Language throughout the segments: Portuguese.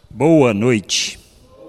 Boa noite.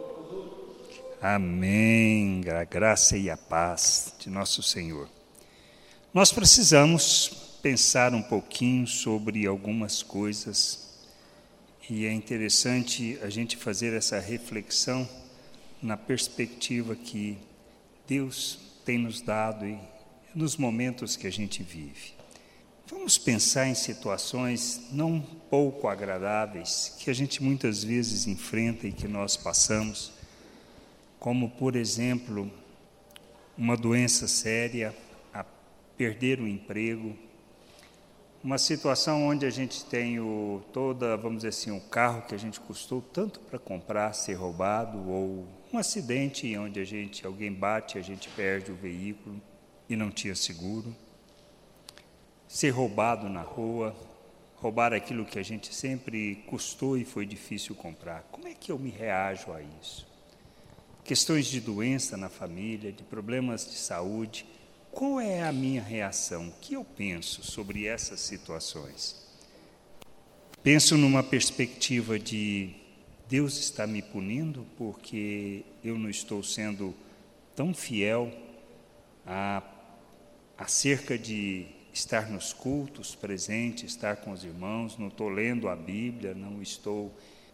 Amém. A graça e a paz de nosso Senhor. Nós precisamos pensar um pouquinho sobre algumas coisas e é interessante a gente fazer essa reflexão na perspectiva que Deus tem nos dado e nos momentos que a gente vive. Vamos pensar em situações não pouco agradáveis que a gente muitas vezes enfrenta e que nós passamos, como, por exemplo, uma doença séria, a perder o emprego, uma situação onde a gente tem vamos dizer assim, o carro que a gente custou tanto para comprar ser roubado, ou um acidente onde alguém bate, a gente perde o veículo e não tinha seguro. Ser roubado na rua, roubar aquilo que a gente sempre custou e foi difícil comprar. Como é que eu me reajo a isso? Questões de doença na família, de problemas de saúde. Qual é a minha reação? O que eu penso sobre essas situações? Penso numa perspectiva de Deus está me punindo porque eu não estou sendo tão fiel acerca de estar nos cultos, presente, estar com os irmãos, não estou lendo a Bíblia, não estou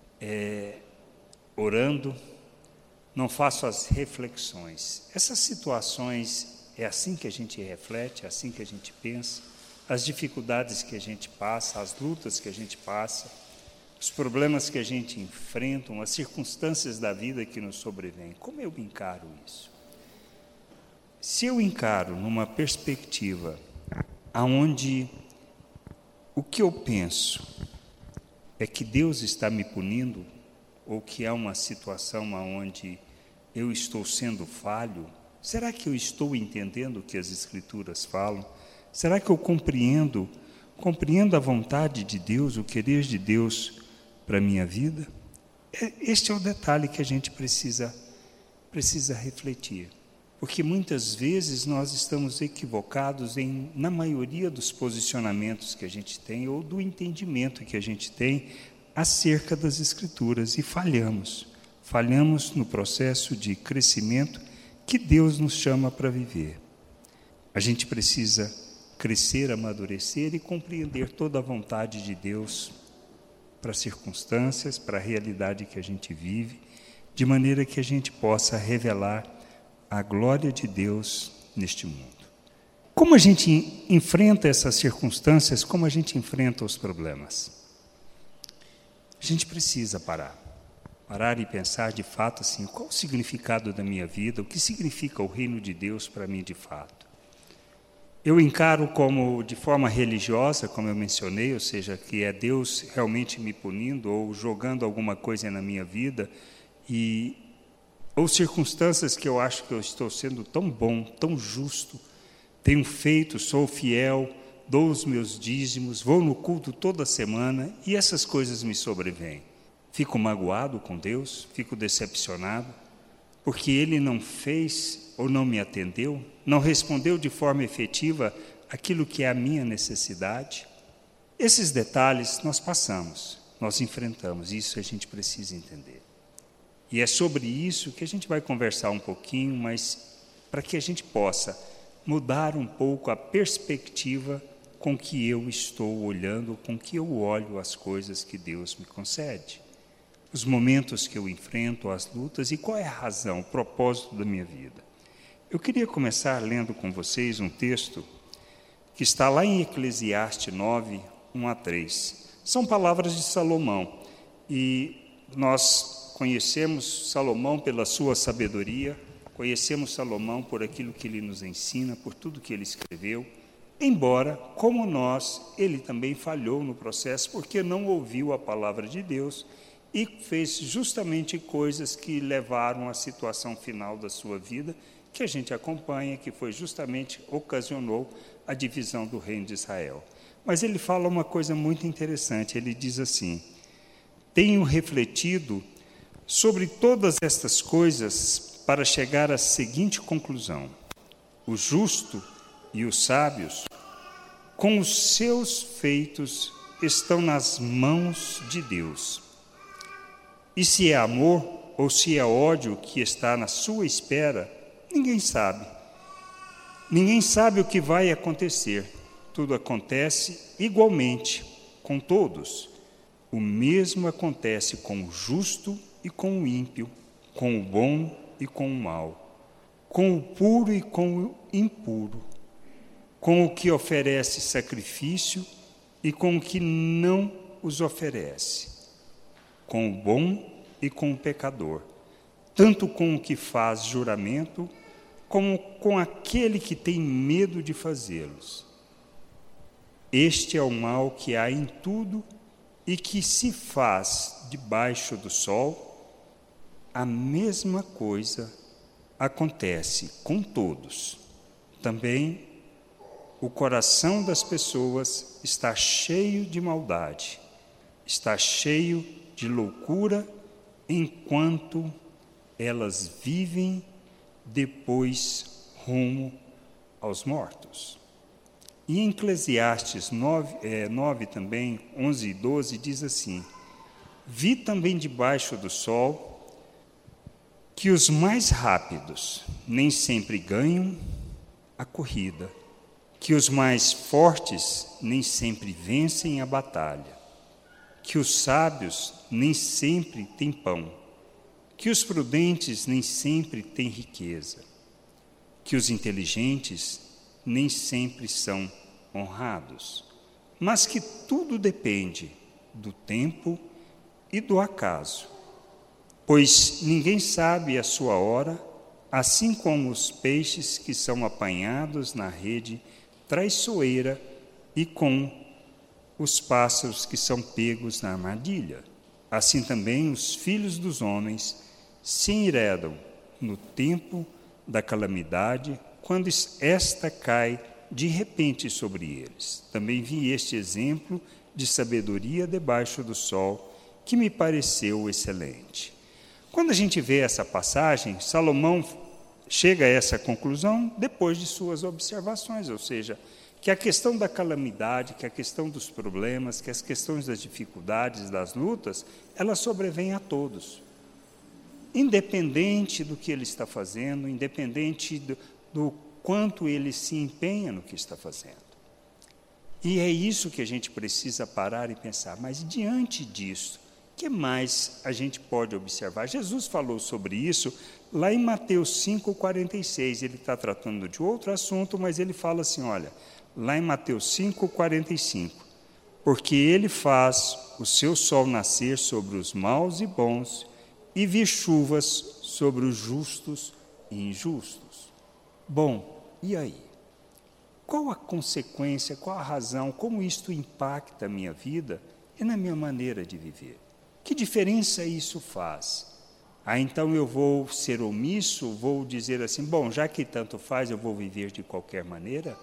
orando, não faço as reflexões. Essas situações, é assim que a gente reflete, é assim que a gente pensa, as dificuldades que a gente passa, as lutas que a gente passa, os problemas que a gente enfrenta, as circunstâncias da vida que nos sobrevêm. Como eu encaro isso? Se eu encaro numa perspectiva aonde o que eu penso é que Deus está me punindo, ou que há uma situação onde eu estou sendo falho, será que eu estou entendendo o que as Escrituras falam? Será que eu compreendo a vontade de Deus, o querer de Deus para a minha vida? Este é o detalhe que a gente precisa refletir. Porque muitas vezes nós estamos equivocados na maioria dos posicionamentos que a gente tem ou do entendimento que a gente tem acerca das Escrituras e falhamos. Falhamos no processo de crescimento que Deus nos chama para viver. A gente precisa crescer, amadurecer e compreender toda a vontade de Deus para as circunstâncias, para a realidade que a gente vive, de maneira que a gente possa revelar a glória de Deus neste mundo. Como a gente enfrenta essas circunstâncias, como a gente enfrenta os problemas? A gente precisa parar e pensar de fato assim, qual o significado da minha vida, o que significa o reino de Deus para mim de fato. Eu encaro como de forma religiosa, como eu mencionei, ou seja, que é Deus realmente me punindo ou jogando alguma coisa na minha vida ou circunstâncias que eu acho que eu estou sendo tão bom, tão justo, tenho feito, sou fiel, dou os meus dízimos, vou no culto toda semana e essas coisas me sobrevêm. Fico magoado com Deus, fico decepcionado, porque Ele não fez ou não me atendeu, não respondeu de forma efetiva aquilo que é a minha necessidade. Esses detalhes nós passamos, nós enfrentamos, isso a gente precisa entender. E é sobre isso que a gente vai conversar um pouquinho, mas para que a gente possa mudar um pouco a perspectiva com que eu estou olhando, com que eu olho as coisas que Deus me concede. Os momentos que eu enfrento, as lutas e qual é a razão, o propósito da minha vida. Eu queria começar lendo com vocês um texto que está lá em Eclesiastes 9, 1-3. São palavras de Salomão e nós conhecemos Salomão pela sua sabedoria, conhecemos Salomão por aquilo que ele nos ensina, por tudo que ele escreveu, embora, como nós, ele também falhou no processo, porque não ouviu a palavra de Deus e fez justamente coisas que levaram à situação final da sua vida, que a gente acompanha, que foi justamente, ocasionou a divisão do reino de Israel. Mas ele fala uma coisa muito interessante, ele diz assim: tenho refletido sobre todas estas coisas para chegar à seguinte conclusão: o justo e os sábios, com os seus feitos, estão nas mãos de Deus. E se é amor ou se é ódio que está na sua espera, ninguém sabe. Ninguém sabe o que vai acontecer. Tudo acontece igualmente com todos. O mesmo acontece com o justo e com o ímpio, com o bom e com o mau, com o puro e com o impuro, com o que oferece sacrifício e com o que não os oferece, com o bom e com o pecador, tanto com o que faz juramento, como com aquele que tem medo de fazê-los. Este é o mal que há em tudo e que se faz debaixo do sol. A mesma coisa acontece com todos. Também o coração das pessoas está cheio de maldade, está cheio de loucura enquanto elas vivem depois rumo aos mortos. E em Eclesiastes 9 também, 11 e 12, diz assim: vi também debaixo do sol que os mais rápidos nem sempre ganham a corrida, que os mais fortes nem sempre vencem a batalha, que os sábios nem sempre têm pão, que os prudentes nem sempre têm riqueza, que os inteligentes nem sempre são honrados, mas que tudo depende do tempo e do acaso. Pois ninguém sabe a sua hora, assim como os peixes que são apanhados na rede traiçoeira e com os pássaros que são pegos na armadilha. Assim também os filhos dos homens se enredam no tempo da calamidade, quando esta cai de repente sobre eles. Também vi este exemplo de sabedoria debaixo do sol, que me pareceu excelente. Quando a gente vê essa passagem, Salomão chega a essa conclusão depois de suas observações, ou seja, que a questão da calamidade, que a questão dos problemas, que as questões das dificuldades, das lutas, elas sobrevêm a todos. Independente do que ele está fazendo, independente do quanto ele se empenha no que está fazendo. E é isso que a gente precisa parar e pensar. Mas diante disso, o que mais a gente pode observar? Jesus falou sobre isso lá em Mateus 5,46. Ele está tratando de outro assunto, mas ele fala assim, olha, lá em Mateus 5,45, porque ele faz o seu sol nascer sobre os maus e bons, e vir chuvas sobre os justos e injustos. Bom, e aí? Qual a consequência, qual a razão, como isto impacta a minha vida e na minha maneira de viver? Que diferença isso faz? Então eu vou ser omisso, vou dizer assim, bom, já que tanto faz, eu vou viver de qualquer maneira?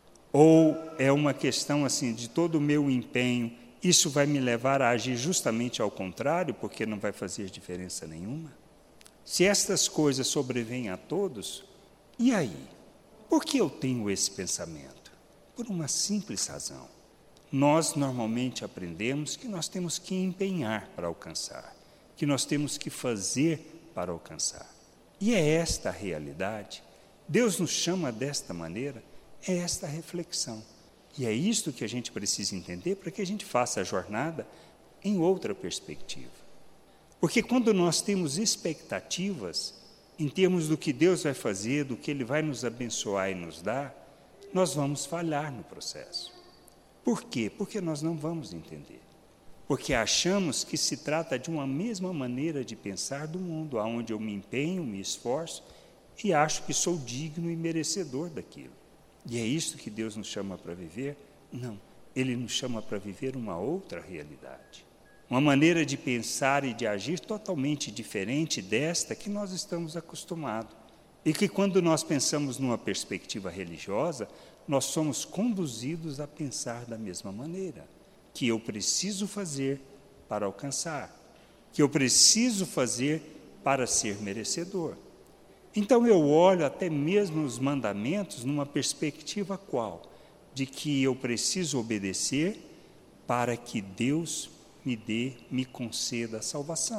Ou é uma questão assim, de todo o meu empenho, isso vai me levar a agir justamente ao contrário, porque não vai fazer diferença nenhuma? Se estas coisas sobrevêm a todos, e aí? Por que eu tenho esse pensamento? Por uma simples razão. Nós normalmente aprendemos que nós temos que empenhar para alcançar, que nós temos que fazer para alcançar. E é esta a realidade. Deus nos chama desta maneira, é esta a reflexão. E é isto que a gente precisa entender para que a gente faça a jornada em outra perspectiva. Porque quando nós temos expectativas em termos do que Deus vai fazer, do que Ele vai nos abençoar e nos dar, nós vamos falhar no processo. Por quê? Porque nós não vamos entender. Porque achamos que se trata de uma mesma maneira de pensar do mundo, onde eu me empenho, me esforço e acho que sou digno e merecedor daquilo. E é isso que Deus nos chama para viver? Não, Ele nos chama para viver uma outra realidade. Uma maneira de pensar e de agir totalmente diferente desta que nós estamos acostumados. E que quando nós pensamos numa perspectiva religiosa, nós somos conduzidos a pensar da mesma maneira. Que eu preciso fazer para alcançar. Que eu preciso fazer para ser merecedor. Então eu olho até mesmo os mandamentos numa perspectiva qual? De que eu preciso obedecer para que Deus me conceda a salvação.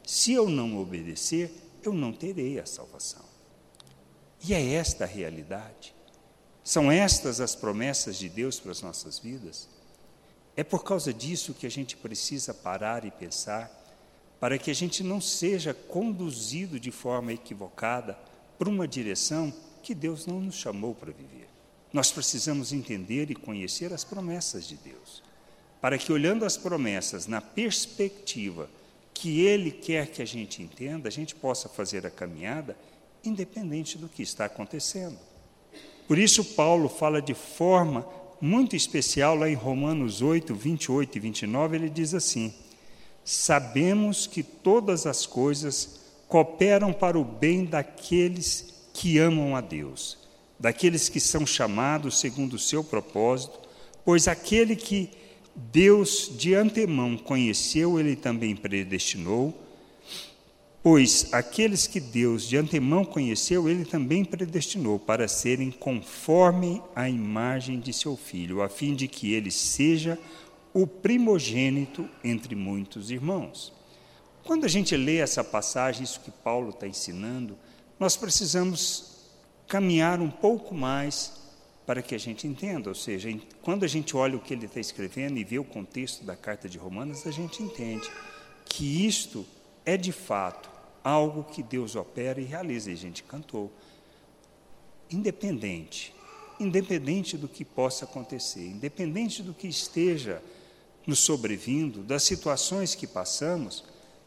Se eu não obedecer, eu não terei a salvação. E é esta a realidade. São estas as promessas de Deus para as nossas vidas. É por causa disso que a gente precisa parar e pensar, para que a gente não seja conduzido de forma equivocada para uma direção que Deus não nos chamou para viver. Nós precisamos entender e conhecer as promessas de Deus, para que, olhando as promessas na perspectiva que Ele quer que a gente entenda, a gente possa fazer a caminhada independente do que está acontecendo. Por isso, Paulo fala de forma muito especial lá em Romanos 8, 28 e 29, ele diz assim: sabemos que todas as coisas cooperam para o bem daqueles que amam a Deus, daqueles que são chamados segundo o seu propósito, pois aquele que Deus de antemão conheceu, Ele também predestinou, pois aqueles que Deus de antemão conheceu, Ele também predestinou para serem conforme a imagem de seu Filho, a fim de que Ele seja o primogênito entre muitos irmãos. Quando a gente lê essa passagem, isso que Paulo está ensinando, nós precisamos caminhar um pouco mais para que a gente entenda, ou seja, quando a gente olha o que ele está escrevendo e vê o contexto da carta de Romanos, a gente entende que isto é de fato algo que Deus opera e realiza, e a gente cantou. Independente do que possa acontecer, independente do que esteja nos sobrevindo, das situações que passamos,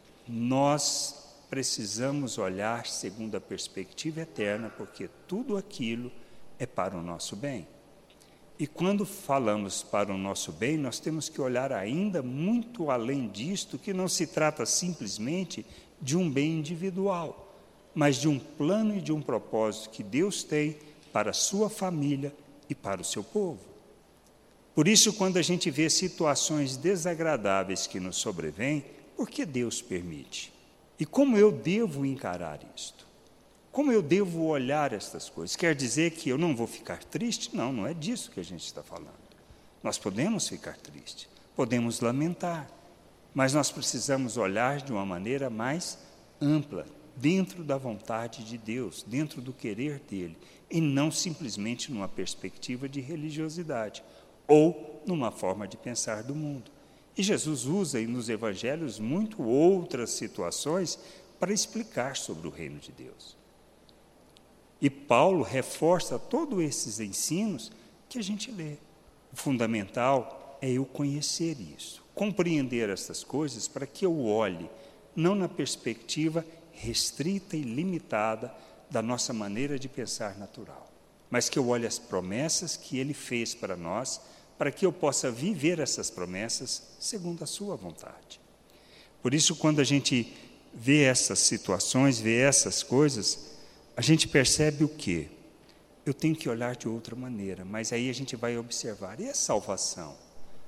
nós precisamos olhar segundo a perspectiva eterna, porque tudo aquilo é para o nosso bem. E quando falamos para o nosso bem, nós temos que olhar ainda muito além disto, que não se trata simplesmente de um bem individual, mas de um plano e de um propósito que Deus tem para a sua família e para o seu povo. Por isso, quando a gente vê situações desagradáveis que nos sobrevêm, por que Deus permite? E como eu devo encarar isto? Como eu devo olhar estas coisas? Quer dizer que eu não vou ficar triste? Não, não é disso que a gente está falando. Nós podemos ficar tristes, podemos lamentar, mas nós precisamos olhar de uma maneira mais ampla, dentro da vontade de Deus, dentro do querer dEle, e não simplesmente numa perspectiva de religiosidade ou numa forma de pensar do mundo. E Jesus usa nos evangelhos muito outras situações para explicar sobre o reino de Deus. E Paulo reforça todos esses ensinos que a gente lê. O fundamental é eu conhecer isso, compreender essas coisas para que eu olhe, não na perspectiva restrita e limitada da nossa maneira de pensar natural, mas que eu olhe as promessas que Ele fez para nós, para que eu possa viver essas promessas segundo a sua vontade. Por isso, quando a gente vê essas situações, vê essas coisas, a gente percebe o quê? Eu tenho que olhar de outra maneira, mas aí a gente vai observar, e a salvação?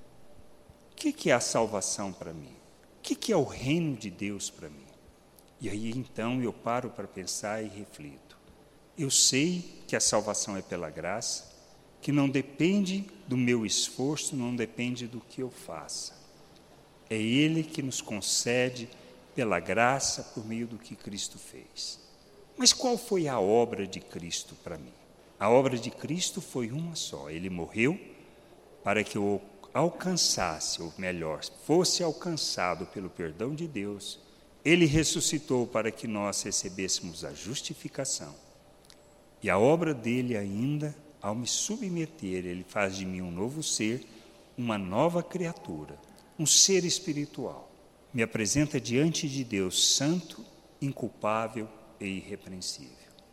O que é a salvação para mim? O que é o reino de Deus para mim? E aí então eu paro para pensar e reflito. Eu sei que a salvação é pela graça, que não depende do meu esforço, não depende do que eu faça. É Ele que nos concede pela graça, por meio do que Cristo fez. Mas qual foi a obra de Cristo para mim? A obra de Cristo foi uma só. Ele morreu para que eu alcançasse, ou melhor, fosse alcançado pelo perdão de Deus. Ele ressuscitou para que nós recebêssemos a justificação. E a obra dele ainda, ao me submeter, ele faz de mim um novo ser, uma nova criatura, um ser espiritual. Me apresenta diante de Deus santo, inculpável e irrepreensível.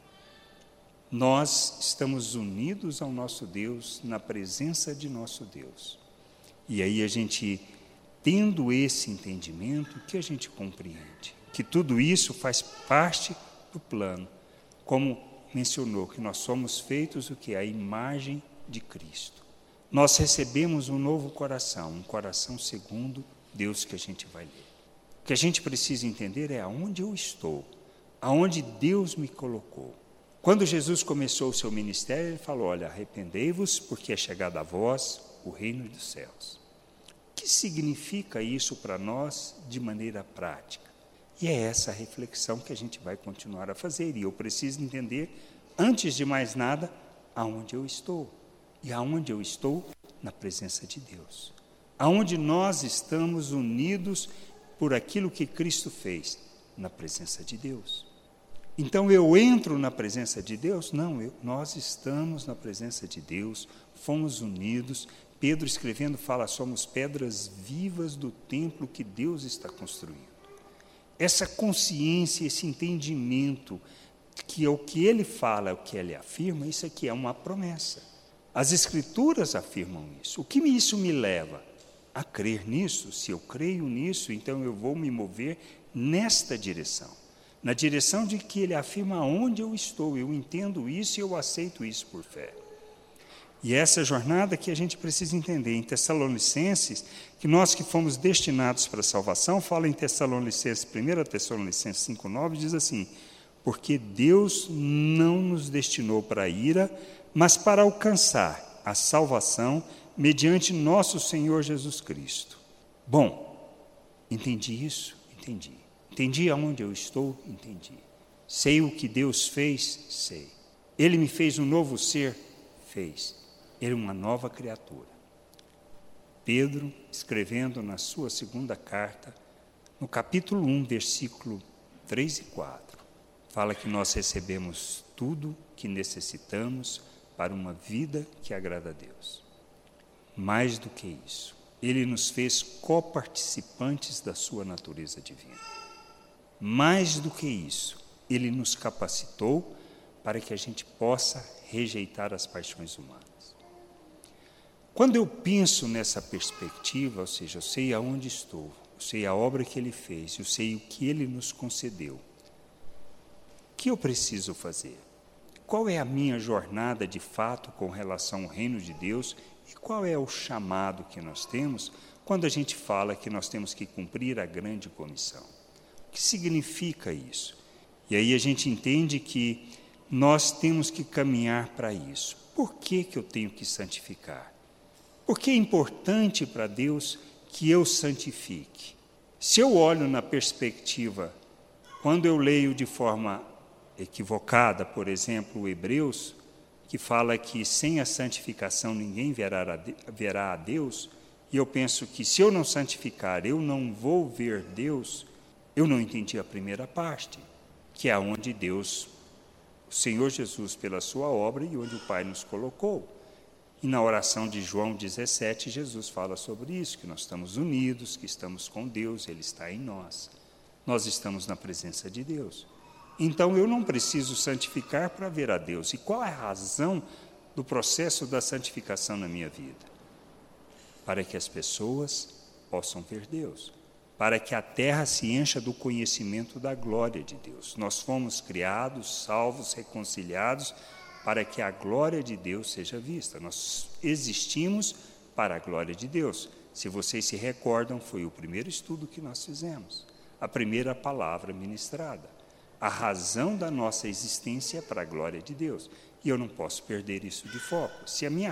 Nós estamos unidos ao nosso Deus, na presença de nosso Deus. E aí a gente, tendo esse entendimento, que a gente compreende que tudo isso faz parte do plano, como mencionou, que nós somos feitos o que? A imagem de Cristo. Nós recebemos um novo coração, um coração segundo Deus que a gente vai ler. O que a gente precisa entender é aonde eu estou, aonde Deus me colocou. Quando Jesus começou o seu ministério, ele falou, olha, arrependei-vos, porque é chegado a vós o reino dos céus. O que significa isso para nós de maneira prática? E é essa reflexão que a gente vai continuar a fazer. E eu preciso entender, antes de mais nada, aonde eu estou. E aonde eu estou? Na presença de Deus. Aonde nós estamos unidos por aquilo que Cristo fez? Na presença de Deus. Então eu entro na presença de Deus? Não, nós estamos na presença de Deus, fomos unidos. Pedro escrevendo fala, somos pedras vivas do templo que Deus está construindo. Essa consciência, esse entendimento, que é o que ele fala, o que ele afirma, isso aqui é uma promessa. As Escrituras afirmam isso. O que isso me leva? A crer nisso. Se eu creio nisso, então eu vou me mover nesta direção. Na direção de que ele afirma onde eu estou. Eu entendo isso e eu aceito isso por fé. E essa jornada que a gente precisa entender. Em Tessalonicenses, que nós que fomos destinados para a salvação, fala em Tessalonicenses, 1 Tessalonicenses 5,9, diz assim, porque Deus não nos destinou para a ira, mas para alcançar a salvação mediante nosso Senhor Jesus Cristo. Bom, entendi isso? Entendi. Entendi aonde eu estou? Entendi. Sei o que Deus fez? Sei. Ele me fez um novo ser? Fez. Ele é uma nova criatura. Pedro, escrevendo na sua segunda carta, no capítulo 1, versículo 3 e 4, fala que nós recebemos tudo que necessitamos para uma vida que agrada a Deus. Mais do que isso, Ele nos fez coparticipantes da sua natureza divina. Mais do que isso, Ele nos capacitou para que a gente possa rejeitar as paixões humanas. Quando eu penso nessa perspectiva, ou seja, eu sei aonde estou, eu sei a obra que Ele fez, eu sei o que Ele nos concedeu, o que eu preciso fazer? Qual é a minha jornada de fato com relação ao reino de Deus e qual é o chamado que nós temos quando a gente fala que nós temos que cumprir a grande comissão? O que significa isso? E aí a gente entende que nós temos que caminhar para isso. Por que eu tenho que santificar? Porque é importante para Deus que eu santifique. Se eu olho na perspectiva, quando eu leio de forma equivocada, por exemplo, o Hebreus, que fala que sem a santificação ninguém verá a Deus, e eu penso que se eu não santificar, eu não vou ver Deus, eu não entendi a primeira parte, que é onde Deus, o Senhor Jesus, pela sua obra, e onde o Pai nos colocou. E na oração de João 17, Jesus fala sobre isso, que nós estamos unidos, que estamos com Deus, Ele está em nós. Nós estamos na presença de Deus. Então, eu não preciso santificar para ver a Deus. E qual é a razão do processo da santificação na minha vida? Para que as pessoas possam ver Deus. Para que a terra se encha do conhecimento da glória de Deus. Nós fomos criados, salvos, reconciliados, para que a glória de Deus seja vista. Nós existimos para a glória de Deus. Se vocês se recordam, foi o primeiro estudo que nós fizemos. A primeira palavra ministrada. A razão da nossa existência é para a glória de Deus. E eu não posso perder isso de foco. Se a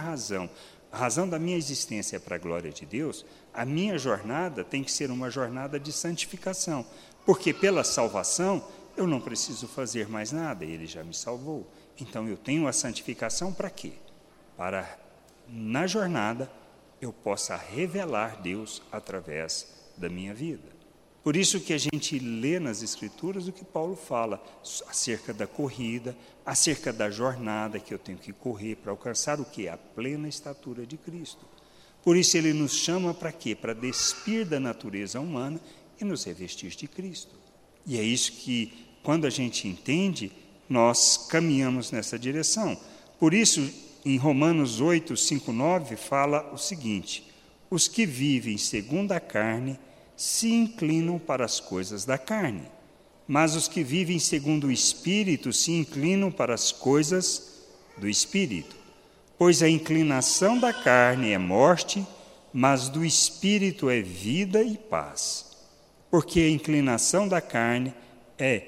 razão da minha existência é para a glória de Deus, a minha jornada tem que ser uma jornada de santificação. Porque pela salvação, eu não preciso fazer mais nada, Ele já me salvou. Então, eu tenho a santificação para quê? Para, na jornada, eu possa revelar Deus através da minha vida. Por isso que a gente lê nas Escrituras o que Paulo fala acerca da corrida, acerca da jornada que eu tenho que correr para alcançar o quê? A plena estatura de Cristo. Por isso ele nos chama para quê? Para despir da natureza humana e nos revestir de Cristo. E é isso que, quando a gente entende, nós caminhamos nessa direção. Por isso, em Romanos 8, 5, 9, fala o seguinte: os que vivem segundo a carne se inclinam para as coisas da carne, mas os que vivem segundo o Espírito se inclinam para as coisas do Espírito. Pois a inclinação da carne é morte, mas do Espírito é vida e paz. Porque a inclinação da carne é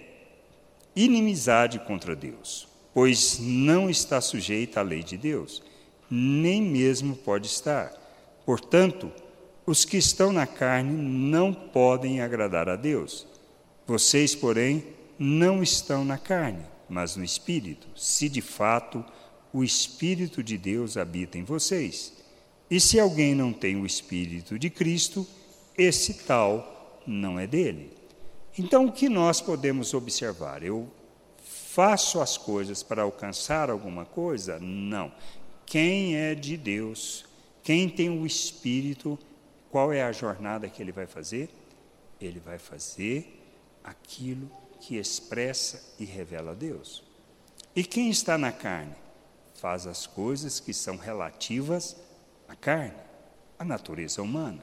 inimizade contra Deus, pois não está sujeita à lei de Deus, nem mesmo pode estar. Portanto, os que estão na carne não podem agradar a Deus. Vocês, porém, não estão na carne, mas no Espírito, se de fato o Espírito de Deus habita em vocês. E se alguém não tem o Espírito de Cristo, esse tal não é dele. Então, o que nós podemos observar? Eu faço as coisas para alcançar alguma coisa? Não. Quem é de Deus, quem tem o Espírito, qual é a jornada que ele vai fazer? Ele vai fazer aquilo que expressa e revela a Deus. E quem está na carne? Faz as coisas que são relativas à carne, à natureza humana.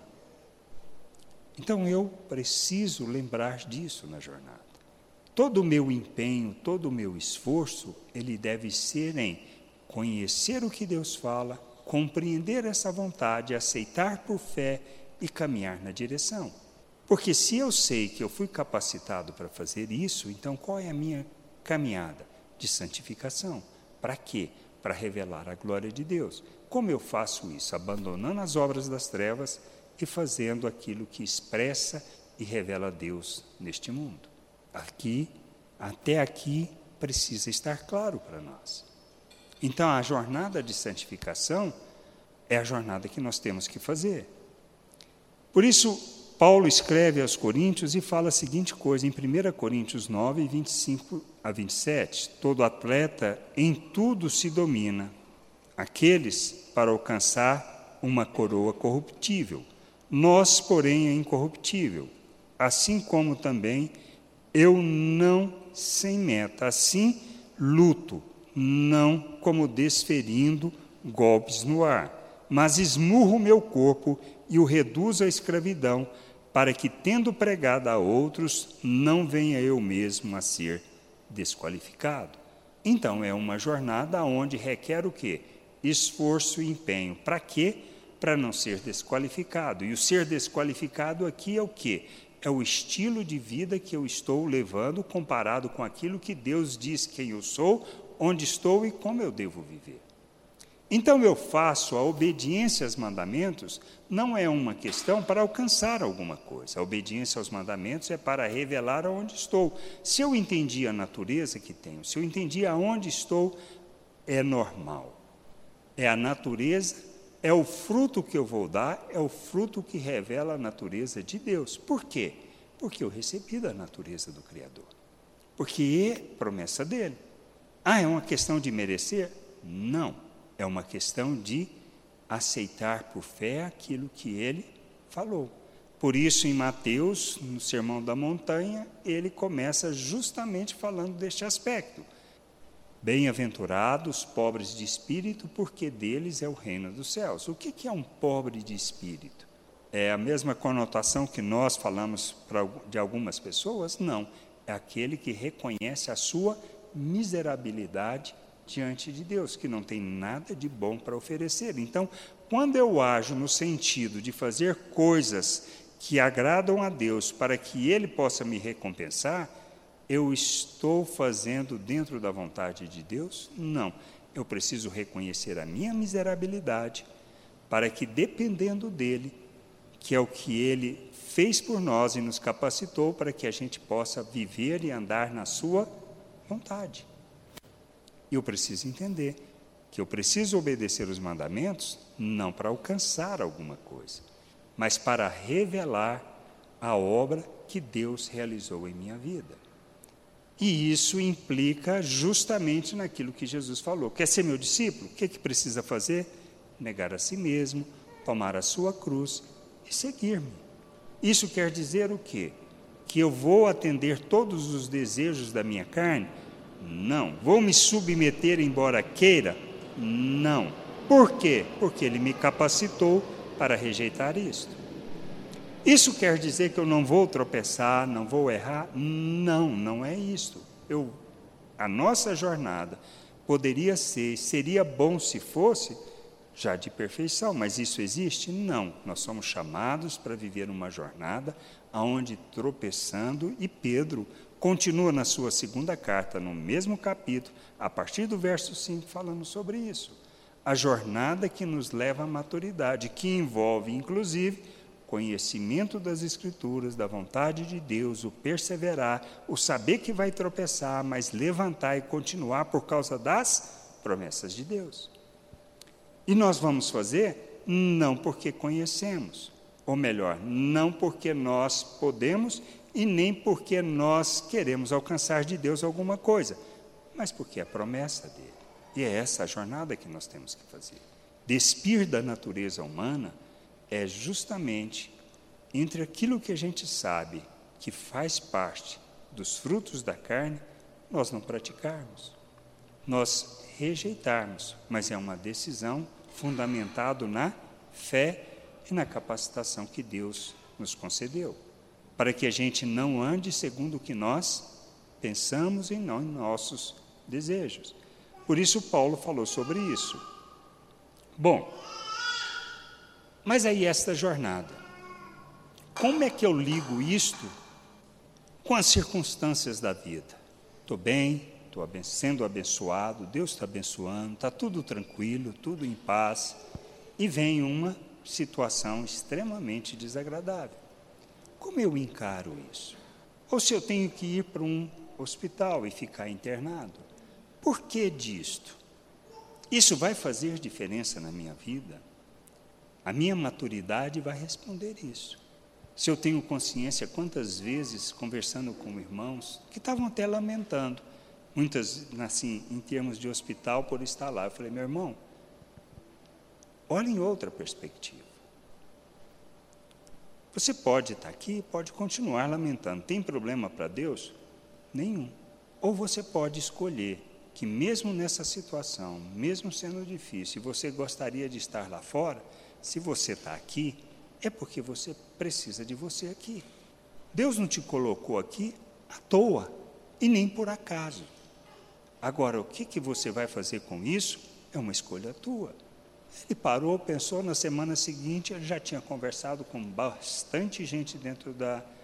Então eu preciso lembrar disso na jornada. Todo o meu empenho, todo o meu esforço, ele deve ser em conhecer o que Deus fala, compreender essa vontade, aceitar por fé e caminhar na direção. Porque se eu sei que eu fui capacitado para fazer isso, então qual é a minha caminhada? De santificação. Para quê? Para revelar a glória de Deus. Como eu faço isso? Abandonando as obras das trevas e fazendo aquilo que expressa e revela a Deus neste mundo. Até aqui, precisa estar claro para nós. Então, a jornada de santificação é a jornada que nós temos que fazer. Por isso, Paulo escreve aos Coríntios e fala a seguinte coisa, em 1 Coríntios 9, 25 a 27, todo atleta em tudo se domina, aqueles para alcançar uma coroa corruptível, nós, porém, é incorruptível, assim como também eu não sem meta, assim luto, não como desferindo golpes no ar, mas esmurro o meu corpo e o reduzo à escravidão, para que, tendo pregado a outros, não venha eu mesmo a ser desqualificado. Então, é uma jornada onde requer o quê? Esforço e empenho. Para quê? Para não ser desqualificado. E o ser desqualificado aqui é o quê? É o estilo de vida que eu estou levando comparado com aquilo que Deus diz quem eu sou, onde estou e como eu devo viver. Então, eu faço a obediência aos mandamentos, não é uma questão para alcançar alguma coisa. A obediência aos mandamentos é para revelar aonde estou. Se eu entendi a natureza que tenho, se eu entendi aonde estou, é normal. É a natureza, é o fruto que eu vou dar, é o fruto que revela a natureza de Deus. Por quê? Porque eu recebi da natureza do Criador. Porque é promessa dele. É uma questão de merecer? Não. É uma questão de aceitar por fé aquilo que ele falou. Por isso, em Mateus, no Sermão da Montanha, ele começa justamente falando deste aspecto. Bem-aventurados, pobres de espírito, porque deles é o reino dos céus. O que é um pobre de espírito? É a mesma conotação que nós falamos de algumas pessoas? Não. É aquele que reconhece a sua miserabilidade diante de Deus, que não tem nada de bom para oferecer. Então, quando eu ajo no sentido de fazer coisas que agradam a Deus para que Ele possa me recompensar, eu estou fazendo dentro da vontade de Deus? Não. Eu preciso reconhecer a minha miserabilidade para que, dependendo dEle, que é o que Ele fez por nós e nos capacitou para que a gente possa viver e andar na sua vontade. Eu preciso entender que eu preciso obedecer os mandamentos não para alcançar alguma coisa, mas para revelar a obra que Deus realizou em minha vida. E isso implica justamente naquilo que Jesus falou. Quer ser meu discípulo? O que precisa fazer? Negar a si mesmo, tomar a sua cruz e seguir-me. Isso quer dizer o quê? Que eu vou atender todos os desejos da minha carne? Não. Vou me submeter embora queira? Não. Por quê? Porque Ele me capacitou para rejeitar isto. Isso quer dizer que eu não vou tropeçar, não vou errar? Não, não é isto. A nossa jornada poderia ser, seria bom se fosse, já de perfeição, mas isso existe? Não. Nós somos chamados para viver uma jornada onde tropeçando, e Pedro continua na sua segunda carta, no mesmo capítulo, a partir do verso 5, falando sobre isso. A jornada que nos leva à maturidade, que envolve, inclusive, conhecimento das Escrituras, da vontade de Deus, o perseverar, o saber que vai tropeçar, mas levantar e continuar por causa das promessas de Deus. E nós vamos fazer não porque conhecemos, ou melhor, não porque nós podemos e nem porque nós queremos alcançar de Deus alguma coisa, mas porque é a promessa dele. E é essa a jornada que nós temos que fazer. Despir da natureza humana é justamente entre aquilo que a gente sabe que faz parte dos frutos da carne, nós não praticarmos, nós rejeitarmos, mas é uma decisão fundamentada na fé e na capacitação que Deus nos concedeu, para que a gente não ande segundo o que nós pensamos e não em nossos desejos. Por isso Paulo falou sobre isso. Bom, mas aí esta jornada, como é que eu ligo isto com as circunstâncias da vida? Estou bem, estou sendo abençoado, Deus está abençoando, está tudo tranquilo, tudo em paz, e vem uma situação extremamente desagradável. Como eu encaro isso? Ou se eu tenho que ir para um hospital e ficar internado? Por que disto? Isso vai fazer diferença na minha vida? A minha maturidade vai responder isso. Se eu tenho consciência, quantas vezes, conversando com irmãos, que estavam até lamentando, muitas, assim, em termos de hospital, por estar lá. Eu falei, meu irmão, olha em outra perspectiva. Você pode estar aqui, pode continuar lamentando. Tem problema para Deus? Nenhum. Ou você pode escolher que mesmo nessa situação, mesmo sendo difícil, você gostaria de estar lá fora, se você está aqui, é porque você precisa de você aqui. Deus não te colocou aqui à toa, e nem por acaso. Agora, o que você vai fazer com isso é uma escolha tua. Ele parou, pensou, na semana seguinte, ele já tinha conversado com bastante gente dentro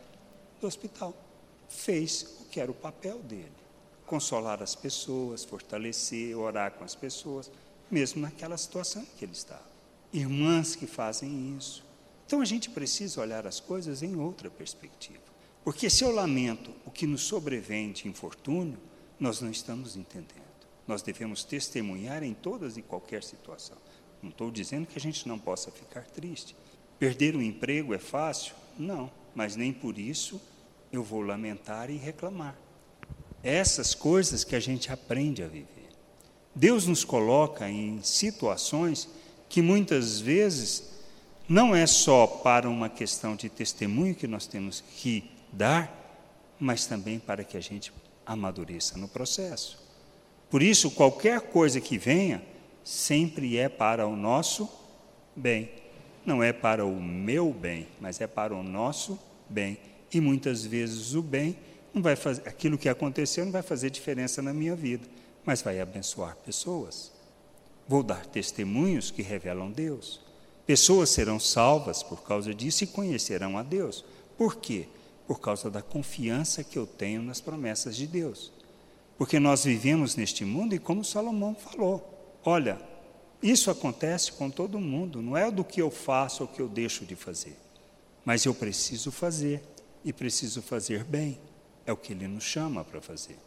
do hospital. Fez o que era o papel dele. Consolar as pessoas, fortalecer, orar com as pessoas, mesmo naquela situação que ele estava. Irmãs que fazem isso. Então a gente precisa olhar as coisas em outra perspectiva. Porque se eu lamento o que nos sobrevém de infortúnio, nós não estamos entendendo. Nós devemos testemunhar em todas e qualquer situação. Não estou dizendo que a gente não possa ficar triste. Perder o emprego é fácil? Não, mas nem por isso eu vou lamentar e reclamar. Essas coisas que a gente aprende a viver. Deus nos coloca em situações que muitas vezes não é só para uma questão de testemunho que nós temos que dar, mas também para que a gente amadureça no processo. Por isso, qualquer coisa que venha, sempre é para o nosso bem. Não é para o meu bem, mas é para o nosso bem. E muitas vezes o bem não vai fazer, aquilo que aconteceu não vai fazer diferença na minha vida, mas vai abençoar pessoas. Vou dar testemunhos que revelam Deus. Pessoas serão salvas por causa disso e conhecerão a Deus. Por quê? Por causa da confiança que eu tenho nas promessas de Deus. Porque nós vivemos neste mundo e como Salomão falou, olha, isso acontece com todo mundo, não é do que eu faço ou que eu deixo de fazer, mas eu preciso fazer e preciso fazer bem, é o que ele nos chama para fazer.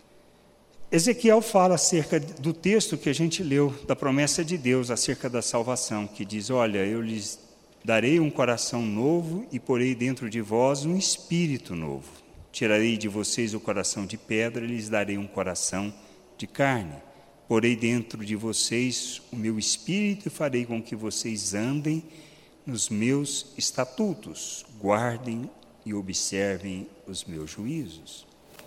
Ezequiel fala acerca do texto que a gente leu, da promessa de Deus acerca da salvação, que diz, olha, eu lhes darei um coração novo e porei dentro de vós um espírito novo. Tirarei de vocês o coração de pedra e lhes darei um coração de carne. Porei dentro de vocês o meu espírito e farei com que vocês andem nos meus estatutos, guardem e observem os meus juízos.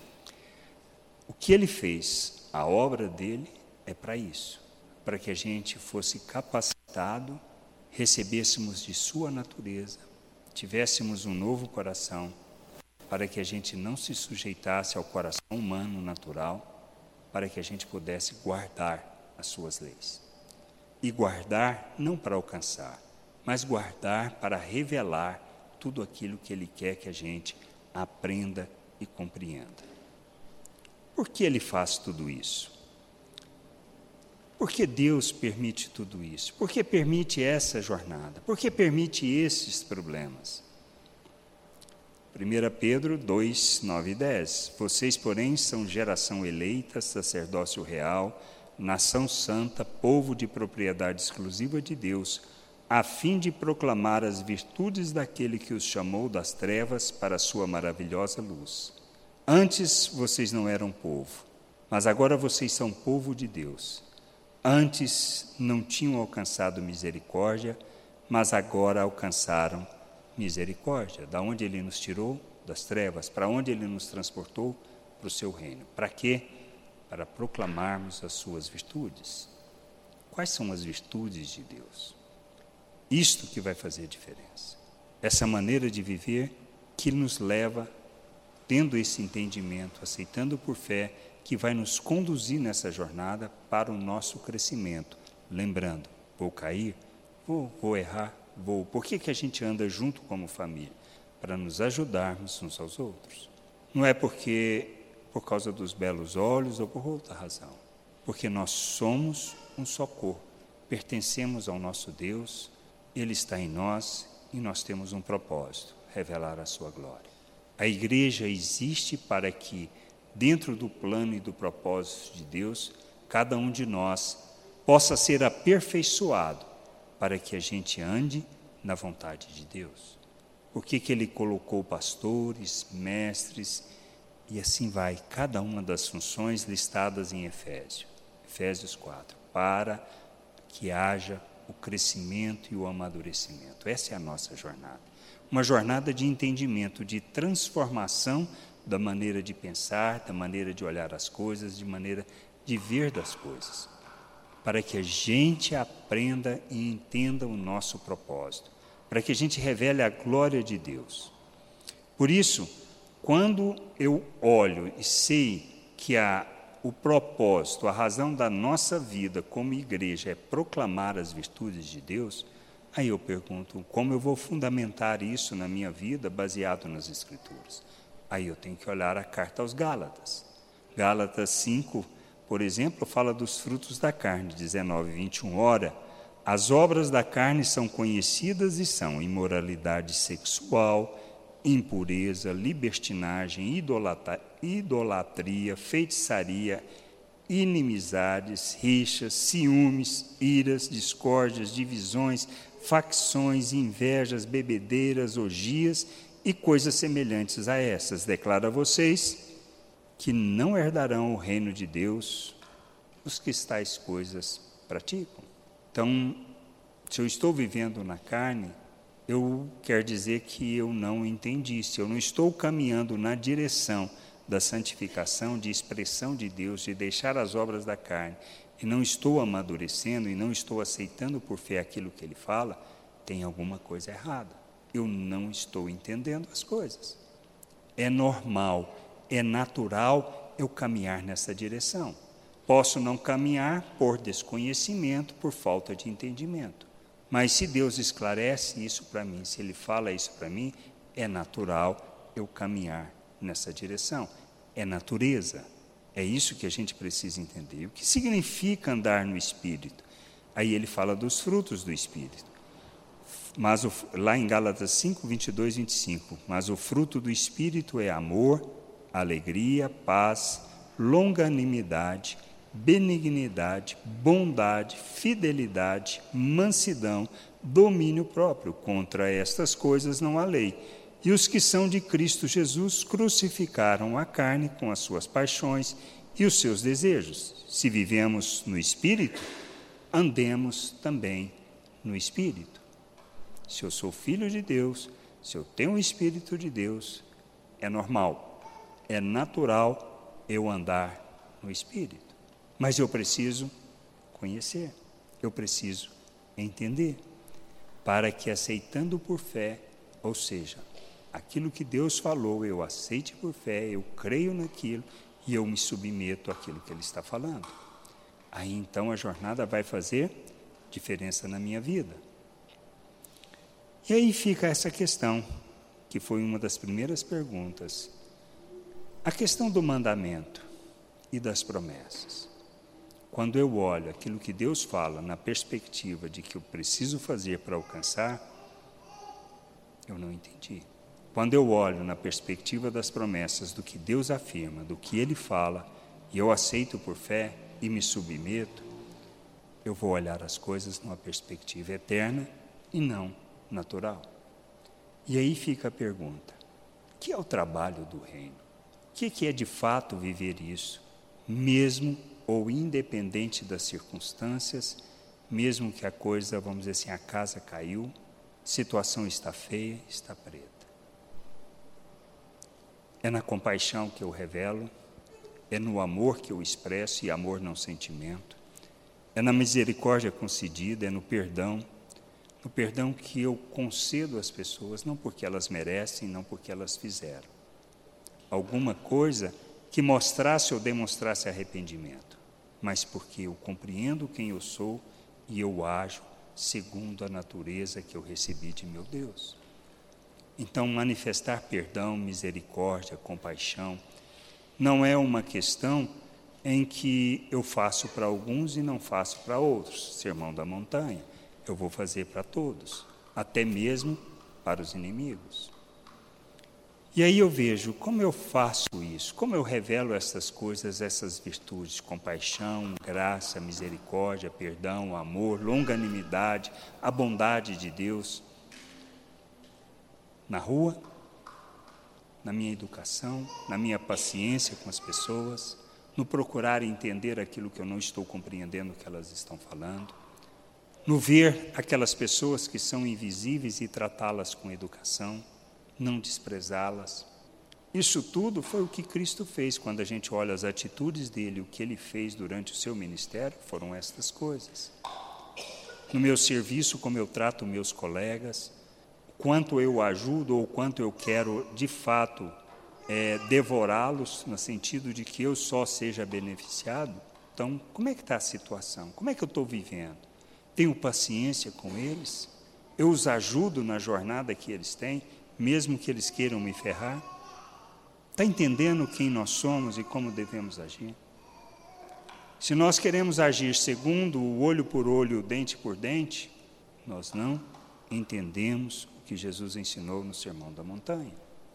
O que ele fez, a obra dele, é para isso, para que a gente fosse capacitado, recebêssemos de sua natureza, tivéssemos um novo coração, para que a gente não se sujeitasse ao coração humano natural, para que a gente pudesse guardar as suas leis. E guardar não para alcançar, mas guardar para revelar tudo aquilo que ele quer que a gente aprenda e compreenda. Por que ele faz tudo isso? Por que Deus permite tudo isso? Por que permite essa jornada? Por que permite esses problemas? 1 Pedro 2, 9 e 10. Vocês, porém, são geração eleita, sacerdócio real, nação santa, povo de propriedade exclusiva de Deus, a fim de proclamar as virtudes daquele que os chamou das trevas para a sua maravilhosa luz. Antes vocês não eram povo, mas agora vocês são povo de Deus. Antes não tinham alcançado misericórdia, mas agora alcançaram misericórdia. Da onde Ele nos tirou? Das trevas. Para onde Ele nos transportou? Para o seu reino. Para quê? Para proclamarmos as suas virtudes. Quais são as virtudes de Deus? Isto que vai fazer diferença. Essa maneira de viver que nos leva, tendo esse entendimento, aceitando por fé, que vai nos conduzir nessa jornada para o nosso crescimento. Lembrando, vou cair, vou errar, vou. Por que a gente anda junto como família? Para nos ajudarmos uns aos outros. Não é por causa dos belos olhos ou por outra razão. Porque nós somos um só corpo, pertencemos ao nosso Deus, Ele está em nós e nós temos um propósito, revelar a sua glória. A igreja existe para que, dentro do plano e do propósito de Deus, cada um de nós possa ser aperfeiçoado para que a gente ande na vontade de Deus. Por que Ele colocou pastores, mestres, e assim vai, cada uma das funções listadas em Efésios 4, para que haja o crescimento e o amadurecimento. Essa é a nossa jornada. Uma jornada de entendimento, de transformação da maneira de pensar, da maneira de olhar as coisas, de maneira de ver das coisas, para que a gente aprenda e entenda o nosso propósito, para que a gente revele a glória de Deus. Por isso, quando eu olho e sei que o propósito, a razão da nossa vida como igreja é proclamar as virtudes de Deus, aí eu pergunto, como eu vou fundamentar isso na minha vida baseado nas Escrituras? Aí eu tenho que olhar a carta aos Gálatas. Gálatas 5, por exemplo, fala dos frutos da carne, 19 e 21. Ora, as obras da carne são conhecidas e são imoralidade sexual, impureza, libertinagem, idolatria, feitiçaria, inimizades, rixas, ciúmes, iras, discórdias, divisões, facções, invejas, bebedeiras, orgias e coisas semelhantes a essas. Declaro a vocês que não herdarão o reino de Deus os que tais coisas praticam. Então, se eu estou vivendo na carne, eu quero dizer que eu não entendi, se eu não estou caminhando na direção da santificação, de expressão de Deus, de deixar as obras da carne, e não estou amadurecendo, e não estou aceitando por fé aquilo que Ele fala, tem alguma coisa errada. Eu não estou entendendo as coisas. É normal, é natural eu caminhar nessa direção. Posso não caminhar por desconhecimento, por falta de entendimento. Mas se Deus esclarece isso para mim, se Ele fala isso para mim, é natural eu caminhar nessa direção. É natureza. É isso que a gente precisa entender. O que significa andar no Espírito? Aí ele fala dos frutos do Espírito. Mas lá em Gálatas 5, 22 e 25, mas o fruto do Espírito é amor, alegria, paz, longanimidade, benignidade, bondade, fidelidade, mansidão, domínio próprio. Contra estas coisas não há lei. E os que são de Cristo Jesus crucificaram a carne com as suas paixões e os seus desejos. Se vivemos no Espírito, andemos também no Espírito. Se eu sou filho de Deus, se eu tenho o Espírito de Deus, é normal, é natural eu andar no Espírito. Mas eu preciso conhecer, eu preciso entender, para que aceitando por fé, ou seja, aquilo que Deus falou, eu aceite por fé, eu creio naquilo e eu me submeto àquilo que Ele está falando. Aí então a jornada vai fazer diferença na minha vida. E aí fica essa questão, que foi uma das primeiras perguntas. A questão do mandamento e das promessas. quando eu olho aquilo que Deus fala na perspectiva de que eu preciso fazer para alcançar, eu não entendi. Quando eu olho na perspectiva das promessas, do que Deus afirma, do que Ele fala, e eu aceito por fé e me submeto, eu vou olhar as coisas numa perspectiva eterna e não natural. E aí fica a pergunta: o que é o trabalho do reino? O que é de fato viver isso, mesmo ou independente das circunstâncias, mesmo que a coisa, vamos dizer assim, a casa caiu, situação está feia, está preta? É na compaixão que eu revelo, é no amor que eu expresso, e amor não sentimento, é na misericórdia concedida, é no perdão que eu concedo às pessoas, não porque elas merecem, não porque elas fizeram alguma coisa que mostrasse ou demonstrasse arrependimento, mas porque eu compreendo quem eu sou e eu ajo segundo a natureza que eu recebi de meu Deus. Então, manifestar perdão, misericórdia, compaixão, não é uma questão em que eu faço para alguns e não faço para outros. Sermão da Montanha, eu vou fazer para todos, até mesmo para os inimigos. E aí eu vejo como eu faço isso, como eu revelo essas coisas, essas virtudes: compaixão, graça, misericórdia, perdão, amor, longanimidade, a bondade de Deus. Na rua, na minha educação, na minha paciência com as pessoas, no procurar entender aquilo que eu não estou compreendendo que elas estão falando, no ver aquelas pessoas que são invisíveis e tratá-las com educação, não desprezá-las. Isso tudo foi o que Cristo fez. Quando a gente olha as atitudes dele, o que ele fez durante o seu ministério, foram estas coisas. No meu serviço, como eu trato meus colegas, quanto eu ajudo ou quanto eu quero, de fato, devorá-los, no sentido de que eu só seja beneficiado. Então, como é que está a situação? Como é que eu estou vivendo? Tenho paciência com eles? Eu os ajudo na jornada que eles têm, mesmo que eles queiram me ferrar? Está entendendo quem nós somos e como devemos agir? Se nós queremos agir segundo o olho por olho, dente por dente, nós não entendemos o que Jesus ensinou no Sermão da Montanha.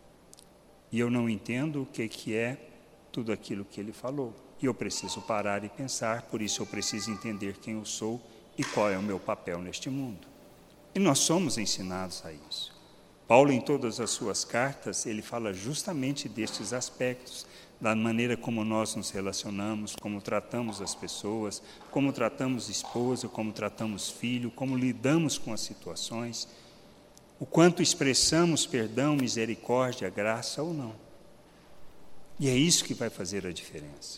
E eu não entendo o que é tudo aquilo que ele falou. E eu preciso parar e pensar, por isso eu preciso entender quem eu sou e qual é o meu papel neste mundo. E nós somos ensinados a isso. Paulo, em todas as suas cartas, ele fala justamente destes aspectos, da maneira como nós nos relacionamos, como tratamos as pessoas, como tratamos esposa, como tratamos filho, como lidamos com as situações, o quanto expressamos perdão, misericórdia, graça ou não. E é isso que vai fazer a diferença.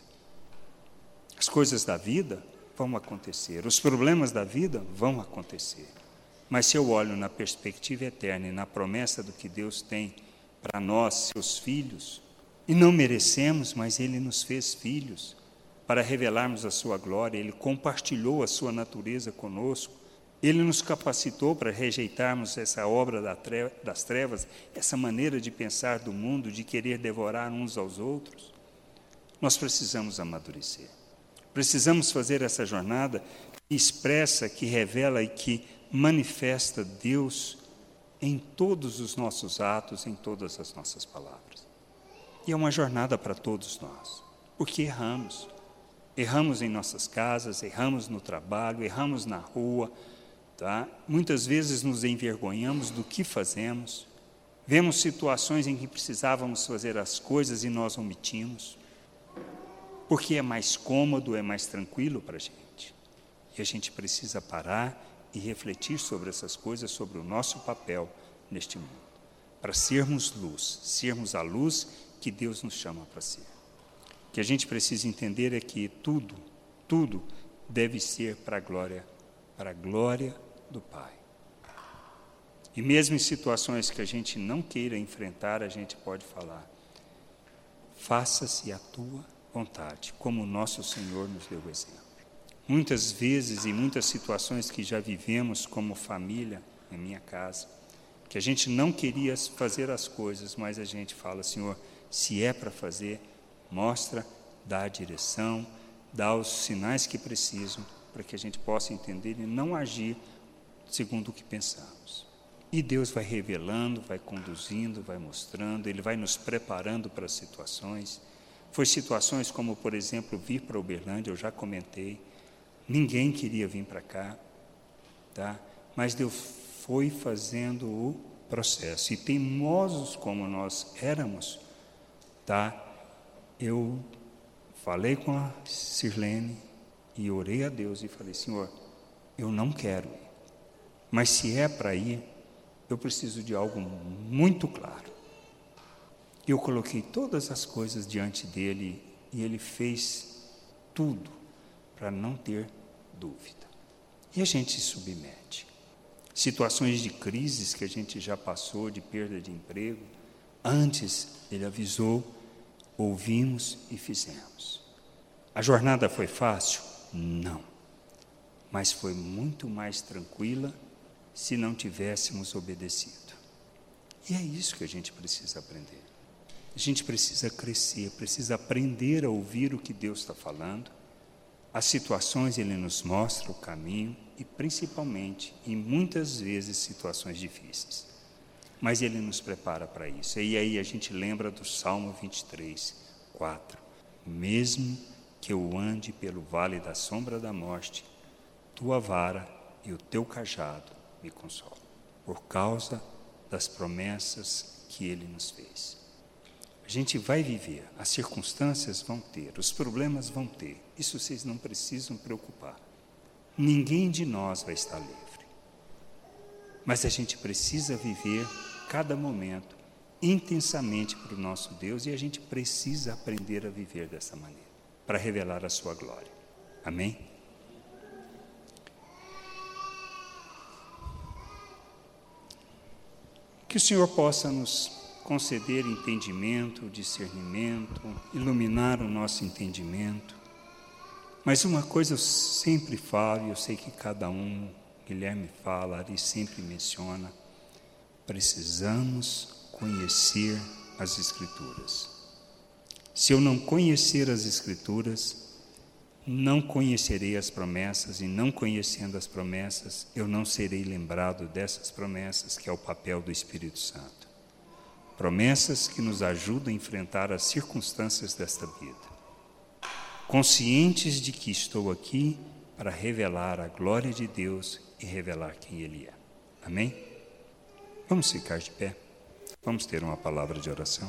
As coisas da vida vão acontecer, os problemas da vida vão acontecer. Mas se eu olho na perspectiva eterna e na promessa do que Deus tem para nós, seus filhos, e não merecemos, mas Ele nos fez filhos para revelarmos a sua glória, Ele compartilhou a sua natureza conosco, Ele nos capacitou para rejeitarmos essa obra das trevas, essa maneira de pensar do mundo, de querer devorar uns aos outros. Nós precisamos amadurecer, precisamos fazer essa jornada que expressa, que revela e que manifesta Deus em todos os nossos atos, em todas as nossas palavras. E é uma jornada para todos nós, porque erramos. Erramos em nossas casas, erramos no trabalho, erramos na rua, tá? Muitas vezes nos envergonhamos do que fazemos, vemos situações em que precisávamos fazer as coisas e nós omitimos, porque é mais cômodo, é mais tranquilo para a gente. E a gente precisa parar e refletir sobre essas coisas, sobre o nosso papel neste mundo, para sermos luz, sermos a luz que Deus nos chama para ser. O que a gente precisa entender é que tudo deve ser para a glória do Pai. E mesmo em situações que a gente não queira enfrentar, a gente pode falar: faça-se a tua vontade, como o nosso Senhor nos deu o exemplo. Muitas vezes, em muitas situações que já vivemos como família, em minha casa, que a gente não queria fazer as coisas, mas a gente fala: Senhor, se é para fazer, mostra, dá a direção, dá os sinais que precisam para que a gente possa entender e não agir segundo o que pensamos. E Deus vai revelando, vai conduzindo, vai mostrando, Ele vai nos preparando para as situações. Foi situações como, por exemplo, vir para Uberlândia, eu já comentei, ninguém queria vir para cá, tá? Mas Deus foi fazendo o processo. E teimosos como nós éramos, tá? Eu falei com a Sirlene e orei a Deus e falei: Senhor, eu não quero ir, mas se é para ir, eu preciso de algo muito claro. Eu coloquei todas as coisas diante dele e ele fez tudo para não ter dúvida. E a gente se submete. Situações de crises que a gente já passou, de perda de emprego, antes ele avisou, ouvimos e fizemos. A jornada foi fácil? Não. Mas foi muito mais tranquila se não tivéssemos obedecido. E é isso que a gente precisa aprender. A gente precisa crescer, precisa aprender a ouvir o que Deus está falando. As situações Ele nos mostra o caminho e principalmente, e muitas vezes, situações difíceis. Mas Ele nos prepara para isso. E aí a gente lembra do Salmo 23, 4. Mesmo que eu ande pelo vale da sombra da morte, tua vara e o teu cajado me consolam, por causa das promessas que Ele nos fez. A gente vai viver, as circunstâncias vão ter, os problemas vão ter, isso vocês não precisam preocupar. Ninguém de nós vai estar livre. Mas a gente precisa viver cada momento intensamente para o nosso Deus e a gente precisa aprender a viver dessa maneira, para revelar a sua glória. Amém? Que o Senhor possa nos conceder entendimento, discernimento, iluminar o nosso entendimento. Mas uma coisa eu sempre falo, e eu sei que cada um, Guilherme fala, Ari sempre menciona, precisamos conhecer as Escrituras. Se eu não conhecer as Escrituras, não conhecerei as promessas, e não conhecendo as promessas, eu não serei lembrado dessas promessas, que é o papel do Espírito Santo. Promessas que nos ajudam a enfrentar as circunstâncias desta vida. Conscientes de que estou aqui para revelar a glória de Deus e revelar quem Ele é. Amém? Vamos ficar de pé. Vamos ter uma palavra de oração.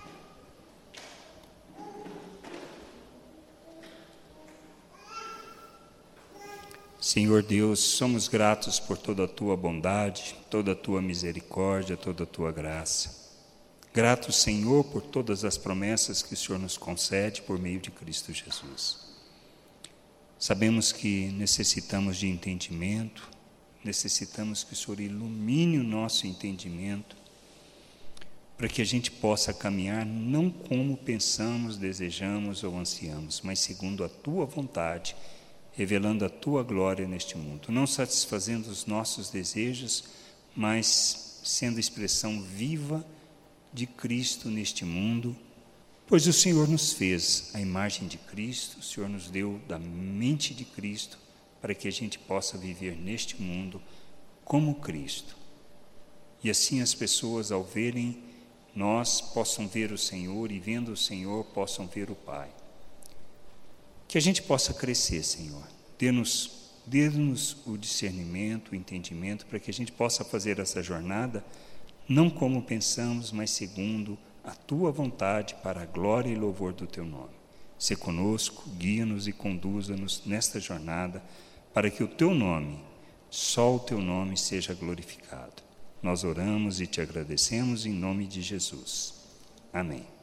Senhor Deus, somos gratos por toda a Tua bondade, toda a Tua misericórdia, toda a Tua graça. Gratos, Senhor, por todas as promessas que o Senhor nos concede por meio de Cristo Jesus. Sabemos que necessitamos de entendimento, necessitamos que o Senhor ilumine o nosso entendimento, para que a gente possa caminhar não como pensamos, desejamos ou ansiamos, mas segundo a Tua vontade, revelando a Tua glória neste mundo, não satisfazendo os nossos desejos, mas sendo expressão viva de Cristo neste mundo, pois o Senhor nos fez a imagem de Cristo, o Senhor nos deu da mente de Cristo, para que a gente possa viver neste mundo como Cristo. E assim as pessoas, ao verem nós, possam ver o Senhor, e vendo o Senhor, possam ver o Pai. Que a gente possa crescer, Senhor. Dê-nos o discernimento, o entendimento, para que a gente possa fazer essa jornada, não como pensamos, mas segundo a Tua vontade, para a glória e louvor do Teu nome. Sê conosco, guia-nos e conduza-nos nesta jornada, para que o Teu nome, só o Teu nome, seja glorificado. Nós oramos e Te agradecemos em nome de Jesus. Amém.